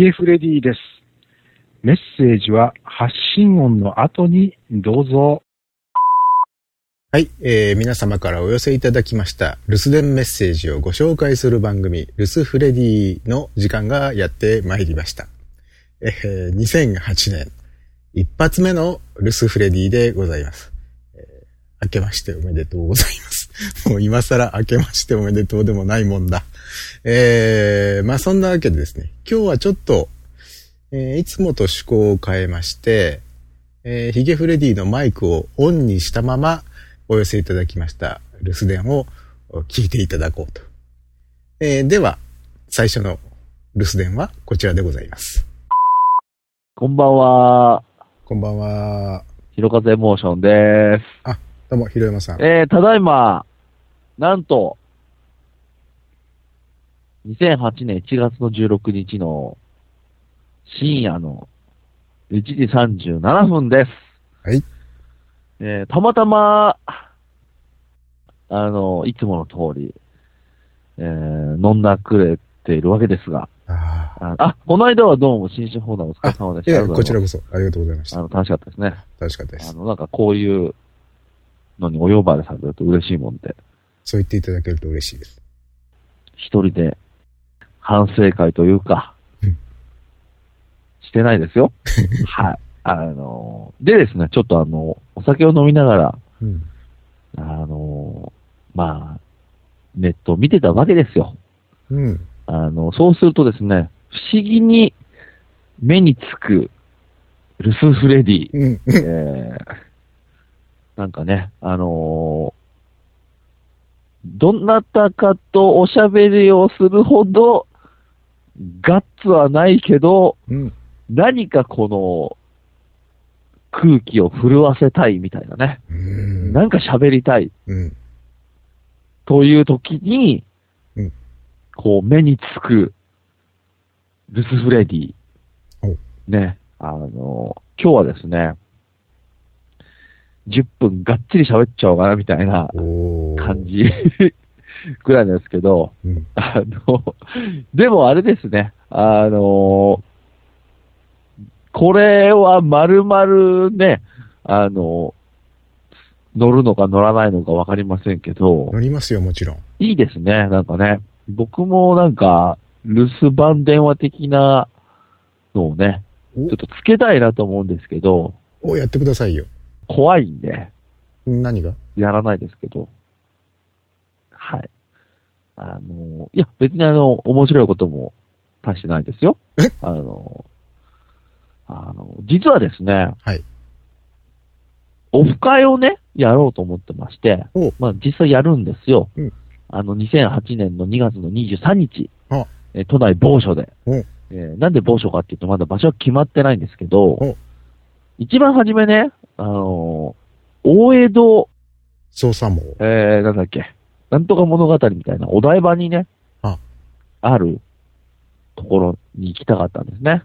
ゲフレディです。メッセージは発信音の後にどうぞ。 はい、皆様からお寄せいただきました留守電メッセージをご紹介する番組留守フレディの時間がやってまいりました。2008年一発目の留守フレディでございます。明けましておめでとうございます。もう今更明けましておめでとうでもないもんだ。まあそんなわけでですね、今日はちょっと、いつもと趣向を変えまして、ヒゲフレディのマイクをオンにしたままお寄せいただきました留守電を聞いていただこうと。では、最初の留守電はこちらでございます。 こんばんは。 こんばんは。 ひろかぜエモーションです。 あ、どうも、ひろやまさん。 ただいま、なんと、2008年1月の16日の深夜の1時37分です。 はい。 たまたま、いつもの通り、飲んだくれているわけですが、この間はどうも新春放談お疲れ様でした。 いや、こちらこそありがとうございました。 楽しかったですね。 楽しかったです。 なんかこういうのにお呼ばれされると嬉しいもんで。 そう言っていただけると嬉しいです。 一人で反省会というか、してないですよ。はい。でですね、ちょっとお酒を飲みながら、まあ、ネットを見てたわけですよ。そうするとですね、不思議に目につく留守フレディ。なんかね、どなたかとおしゃべりをするほど、ガッツはないけど、何かこの、空気を震わせたいみたいなね。なんか喋りたい。という時に、こう目につく、留守フレディ。ね、今日はですね、10分がっちり喋っちゃおうかなみたいな感じぐらいなんですけど、でもあれですね、これは丸々ね、乗るのか乗らないのかわかりませんけど。 乗りますよ、もちろん。 いいですね、なんかね。僕もなんか、留守番電話的なのをね、ちょっとつけたいなと思うんですけど。 やってくださいよ。 怖いんで。 何が？ やらないですけど。はい。いや、別に面白いことも足してないですよ。実はですね、 はい。 オフ会をね、やろうと思ってまして、まあ実際やるんですよ。2008年の2月の23日、都内某所で。なんで某所かっていうとまだ場所は決まってないんですけど、一番初めね、大江戸、 捜査網。 なんだっけ、なんとか物語みたいなお台場にね、あるところに行きたかったんですね。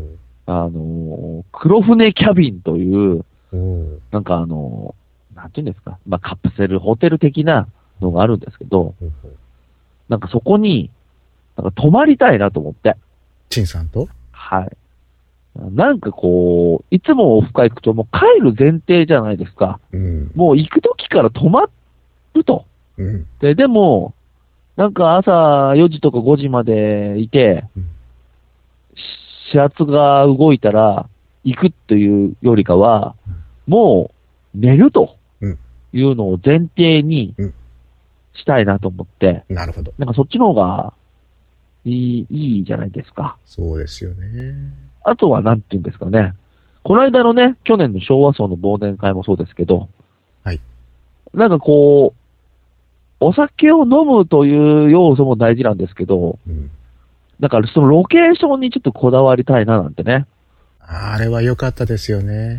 黒船キャビンという、なんかなんていうんですか、まあカプセルホテル的なのがあるんですけど、なんかそこに、なんか泊まりたいなと思って。 陳さんと？ はい。なんかこう、いつもオフ会行くともう帰る前提じゃないですか。もう行く時から泊まると。でも、なんか朝4時とか5時までいて、始発が動いたら行くっていうよりかは、もう寝るというのを前提にしたいなと思って。 なるほど。 なんかそっちの方がいいじゃないですか。 そうですよね。 あとはなんていうんですかね。この間のね、去年の昭和層の忘年会もそうですけど、 はい。 なんかこう、お酒を飲むという要素も大事なんですけど、だからそのロケーションにちょっとこだわりたいななんてね。 あれは良かったですよね。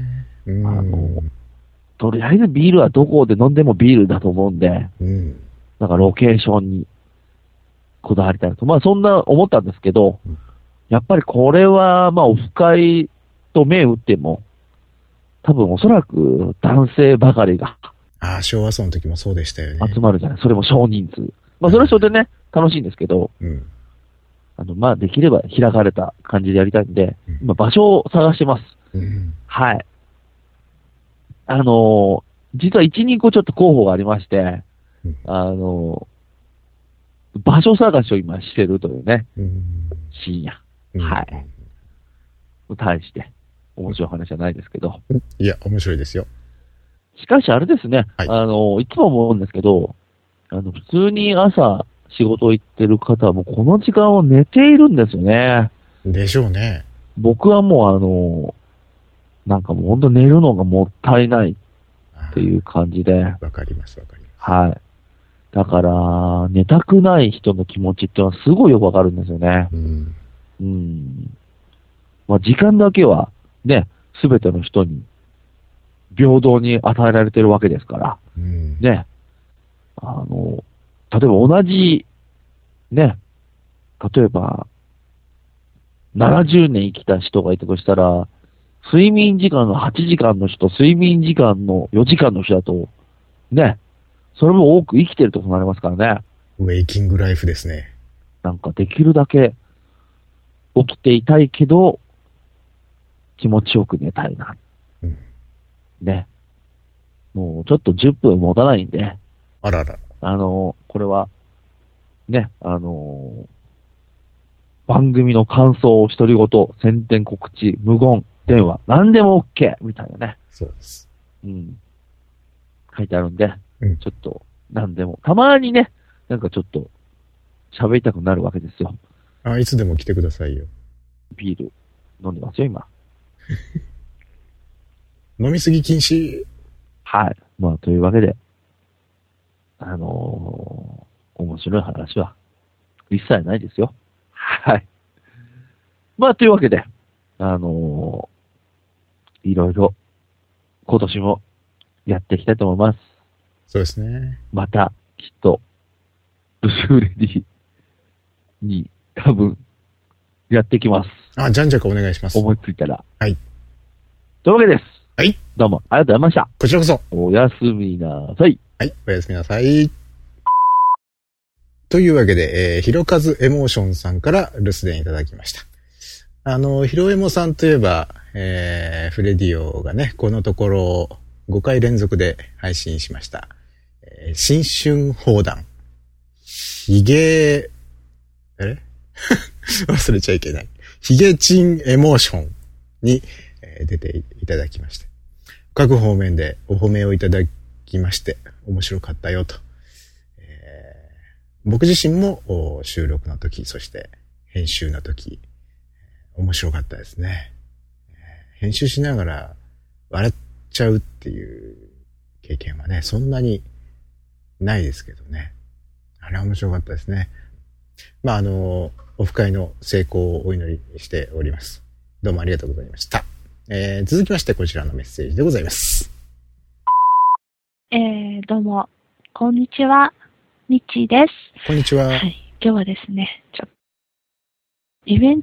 とりあえずビールはどこで飲んでもビールだと思うんで、なんかロケーションにこだわりたいなと。まあそんな思ったんですけど、やっぱりこれはまあオフ会と銘打っても、多分おそらく男性ばかりが。 昭和層の時もそうでしたよね。 集まるじゃない。それも少人数。まあそれはそれでね、楽しいんですけど、 まあ、できれば開かれた感じでやりたいんで、今場所を探してます。はい。実は1、2個ちょっと候補がありまして、場所探しを今してるというね、深夜。はい。対して、面白い話じゃないですけど。 いや、面白いですよ。 しかしあれですね、いつも思うんですけど、普通に朝仕事行ってる方はもうこの時間を寝ているんですよね。 でしょうね。 僕はもうなんかもう本当寝るのがもったいないっていう感じで。 わかります。 はい。だから、寝たくない人の気持ちっていうのはすごいよくわかるんですよね。まあ時間だけはね、すべての人に平等に与えられてるわけですから。ね。例えば同じ、ね、例えば、70年生きた人がいたとしたら、睡眠時間の8時間の人、睡眠時間の4時間の人だと、ね、それも多く生きてるとなりますからね。 ウェイキングライフですね。 なんかできるだけ起きていたいけど、気持ちよく寝たいな。ね。もうちょっと10分持たないんで。 あらら。 これは、ね、番組の感想を独り言、宣伝告知、無言、電話、何でも OK! みたいなね。 そうです。 書いてあるんで、ちょっと、何でも、たまにね、なんかちょっと、喋りたくなるわけですよ。 いつでも来てくださいよ。 ビール、飲んでますよ、今。 飲みすぎ禁止。 はい。まあ、というわけで、面白い話は、一切ないですよ。はい。まあ、というわけで、いろいろ、今年もやっていきたいと思います。 そうですね。 また、きっと、ブスーレディに、多分、やってきます。 じゃんじゃかお願いします。 思いついたら。 はい。 というわけです。 はい。 どうも、ありがとうございました。 こちらこそ。 おやすみなさい。 はい、おやすみなさい。というわけで、ひろかずエモーションさんから留守電いただきました。ひろエモさんといえば、フレディオがね、このところ5回連続で配信しました。新春砲弾。ヒゲ、忘れちゃいけない。ヒゲチンエモーションに、出ていただきまして。各方面でお褒めをいただきまして、面白かったよと。僕自身も収録の時、そして編集の時、面白かったですね。編集しながら笑っちゃうっていう経験はね、そんなにないですけどね。あれは面白かったですね。まあ、オフ会の成功をお祈りしております。どうもありがとうございました。続きましてこちらのメッセージでございます。 どうも、こんにちは。ミッチーです。 こんにちは。 はい。今日はですね、イベン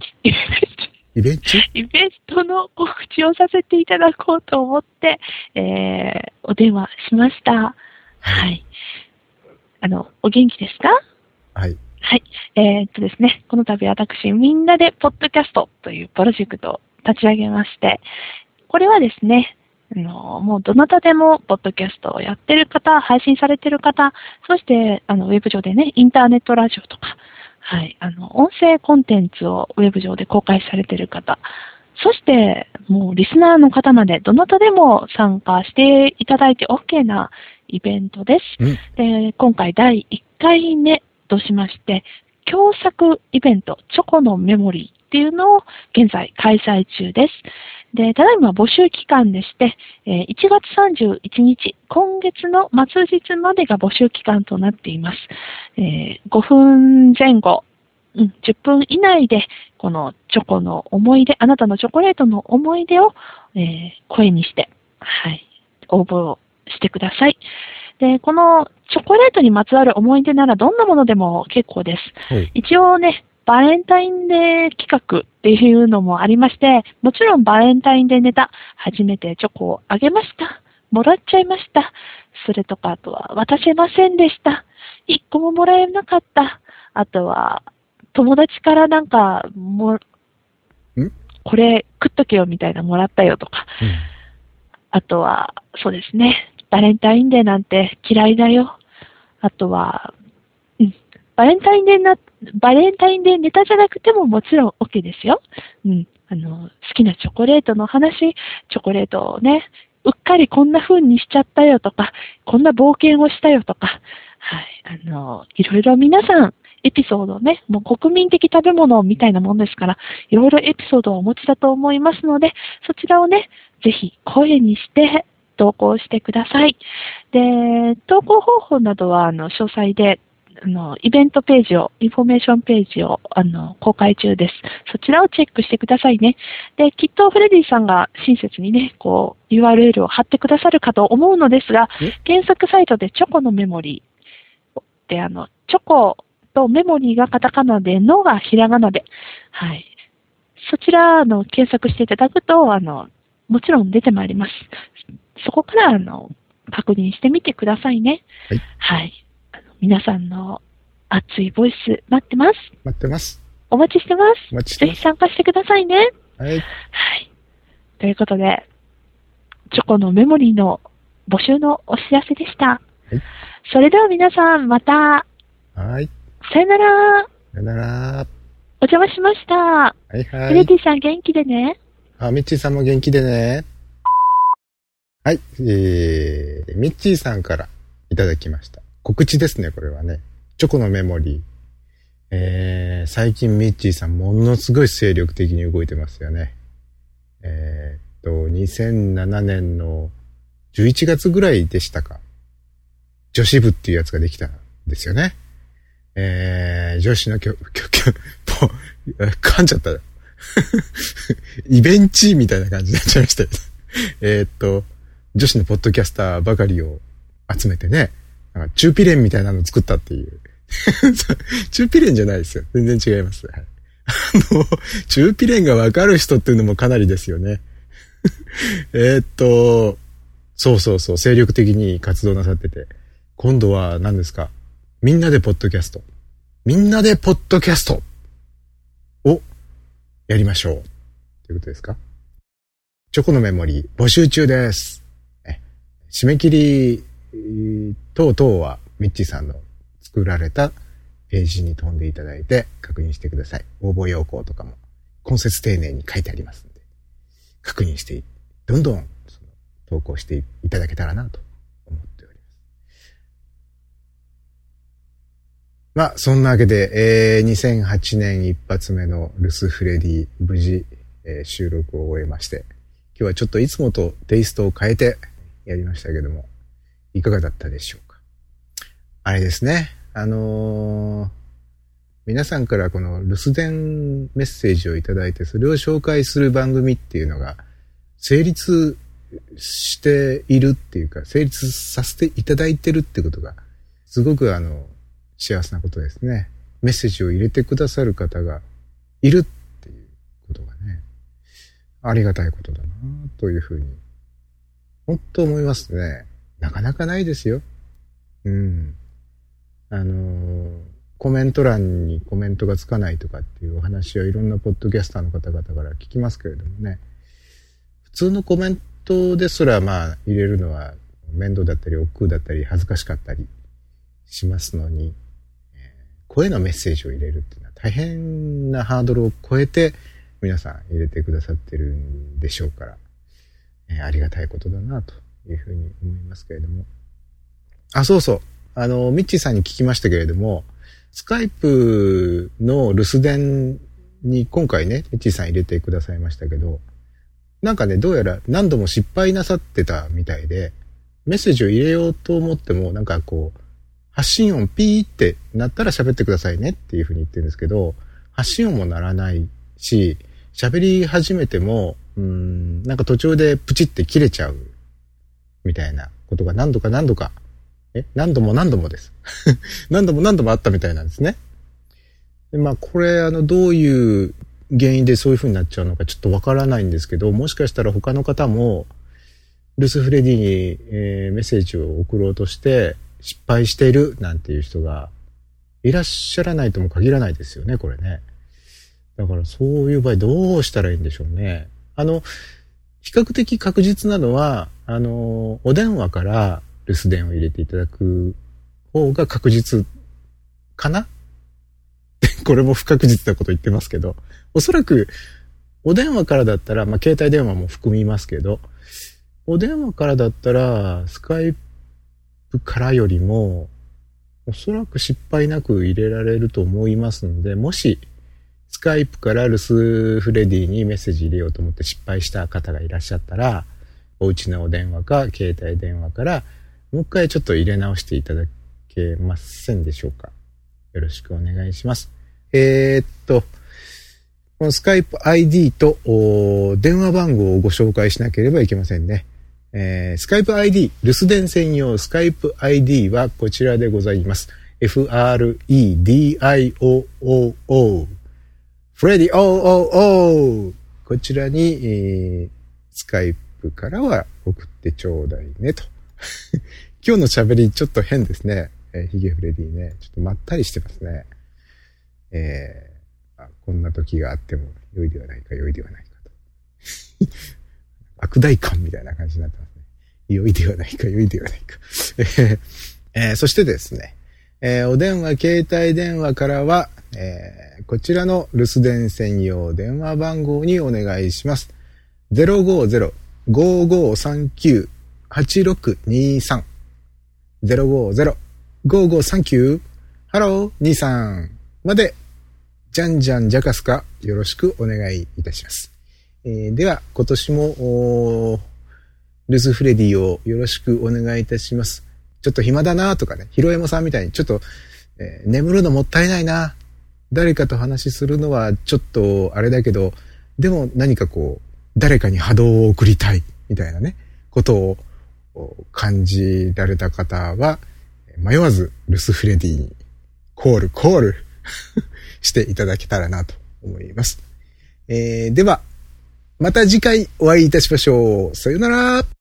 トの告知をさせていただこうと思って、お電話しました。はい。お元気ですか？ はい。 はい。ですね、この度私、みんなでポッドキャストというプロジェクトを立ち上げまして、これはですね、もうどなたでもポッドキャストをやってる方、配信されてる方、そしてウェブ上でね、インターネットラジオとか、はい、音声コンテンツをウェブ上で公開されてる方、そしてもうリスナーの方までどなたでも参加していただいて OK なイベントです。で、今回第1回目としまして、共作イベント、チョコのメモリーっていうのを現在開催中です。で、ただいま募集期間でして、1月31日、今月の末日までが募集期間となっています。5分前後、10分以内で、このチョコの思い出、あなたのチョコレートの思い出を、声にして、はい、応募をしてください。で、このチョコレートにまつわる思い出ならどんなものでも結構です。一応ね、バレンタインデー企画っていうのもありまして、もちろんバレンタインデーネタ、初めてチョコをあげました。もらっちゃいました。それとか、あとは渡せませんでした。1個ももらえなかった。あとは、 友達からなんか、これ食っとけよみたいなもらったよとか、あとは、そうですね、バレンタインデーなんて嫌いだよ。あとは、バレンタインデーネタじゃなくてももちろん OK ですよ。好きなチョコレートの話、チョコレートをね、うっかりこんな風にしちゃったよとか、こんな冒険をしたよとか、はい、いろいろ皆さん、エピソードね、もう国民的食べ物みたいなもんですから、いろいろエピソードをお持ちだと思いますので、そちらをね、ぜひ声にして投稿してください。で、投稿方法などは、詳細で、イベントページを、インフォメーションページを、公開中です。そちらをチェックしてくださいね。で、きっとフレディさんが親切にね、URL を貼ってくださるかと思うのですが、検索サイトでチョコのメモリーで、チョコとメモリーがカタカナで、のがひらがなで、はい。そちら、検索していただくと、もちろん出てまいります。そこから、確認してみてくださいね。 はい。 はい。皆さんの熱いボイス待ってます。 待ってます。 お待ちしてます。 お待ちしてます。 ぜひ参加してくださいね。 はい。はい。 ということで、チョコのメモリーの募集のお知らせでした。はい。それでは皆さん、また。 はい。 さよなら。 さよなら。 お邪魔しました。 はいはい。 フレディさん元気でね。 ミッチーさんも元気でね。はい。ミッチーさんからいただきました。告知ですね、これはね。チョコのメモリー。最近ミッチーさんものすごい精力的に動いてますよね。2007年の11月ぐらいでしたか。女子部っていうやつができたんですよね。女子の噛んじゃったよ。イベンチみたいな感じになっちゃいましたよ。女子のポッドキャスターばかりを集めてね、なんかチューピレンみたいなのを作ったっていう。チューピレンじゃないですよ。全然違います。はい、チューピレンがわかる人っていうのもかなりですよね。そう、精力的に活動なさってて。今度は何ですか？みんなでポッドキャスト。みんなでポッドキャストをやりましょう。ということですか？チョコのメモリー募集中です。締め切り等々はミッチーさんの作られたページに飛んでいただいて確認してください。応募要項とかも今節丁寧に書いてありますので、確認してどんどん投稿していただけたらなと思っております。まあそんなわけで、2008年一発目のルスフレディ無事、収録を終えまして、今日はちょっといつもとテイストを変えてやりましたけども、いかがだったでしょうか。あれですね。皆さんからこの留守電メッセージをいただいて、それを紹介する番組っていうのが成立しているっていうか、成立させていただいてるってことが、すごく幸せなことですね。メッセージを入れてくださる方がいるっていうことがね、ありがたいことだなというふうに、本当思いますね。なかなかないですよ。コメント欄にコメントがつかないとかっていうお話はいろんなポッドキャスターの方々から聞きますけれどもね。普通のコメントですらまあ入れるのは面倒だったり億劫だったり恥ずかしかったりしますのに、声のメッセージを入れるっていうのは大変なハードルを超えて皆さん入れてくださってるんでしょうから、ありがたいことだなというふうに思いますけれども。そうそう。ミッチーさんに聞きましたけれども、スカイプの留守電に今回ね、ミッチーさん入れてくださいましたけど、なんかね、どうやら何度も失敗なさってたみたいで、メッセージを入れようと思っても、なんか発信音ピーってなったら喋ってくださいねっていうふうに言ってるんですけど、発信音もならないし、喋り始めても、なんか途中でプチって切れちゃうみたいなことが何度か何度もです。何度もあったみたいなんですね。でまあこれどういう原因でそういう風になっちゃうのかちょっとわからないんですけど、もしかしたら他の方もルスフレディに、メッセージを送ろうとして失敗しているなんていう人がいらっしゃらないとも限らないですよね、これね。だからそういう場合どうしたらいいんでしょうね。比較的確実なのは、お電話から留守電を入れていただく方が確実かなこれも不確実なこと言ってますけど、おそらくお電話からだったら、携帯電話も含みますけど、お電話からだったら、スカイプからよりも、おそらく失敗なく入れられると思いますので、もし、スカイプから留守フレディにメッセージ入れようと思って失敗した方がいらっしゃったら、お家のお電話か携帯電話から、もう一回ちょっと入れ直していただけませんでしょうか。よろしくお願いします。このスカイプ ID と電話番号をご紹介しなければいけませんね。スカイプ ID、留守電専用スカイプ ID はこちらでございます。FREDIOOO フレディ OOO こちらに、スカイプからは送ってちょうだいねと。今日の喋りちょっと変ですね。ヒゲフレディね。ちょっとまったりしてますね。こんな時があっても良いではないか、良いではないかと。悪大感みたいな感じになってますね。良いではないか、良いではないか。そしてですね、お電話、携帯電話からは、こちらの留守電専用電話番号にお願いします。050-5539-8623 050-5539 ハロー23までじゃんじゃんじゃかすかよろしくお願いいたします。では今年も留守フレディをよろしくお願いいたします。ちょっと暇だなとかね、ひろえもさんみたいにちょっと、眠るのもったいないな、誰かと話しするのはちょっとあれだけど、でも何か誰かに波動を送りたいみたいなね、ことを感じられた方は、迷わず留守フレディにコールしていただけたらなと思います。では、また次回お会いいたしましょう。さよなら。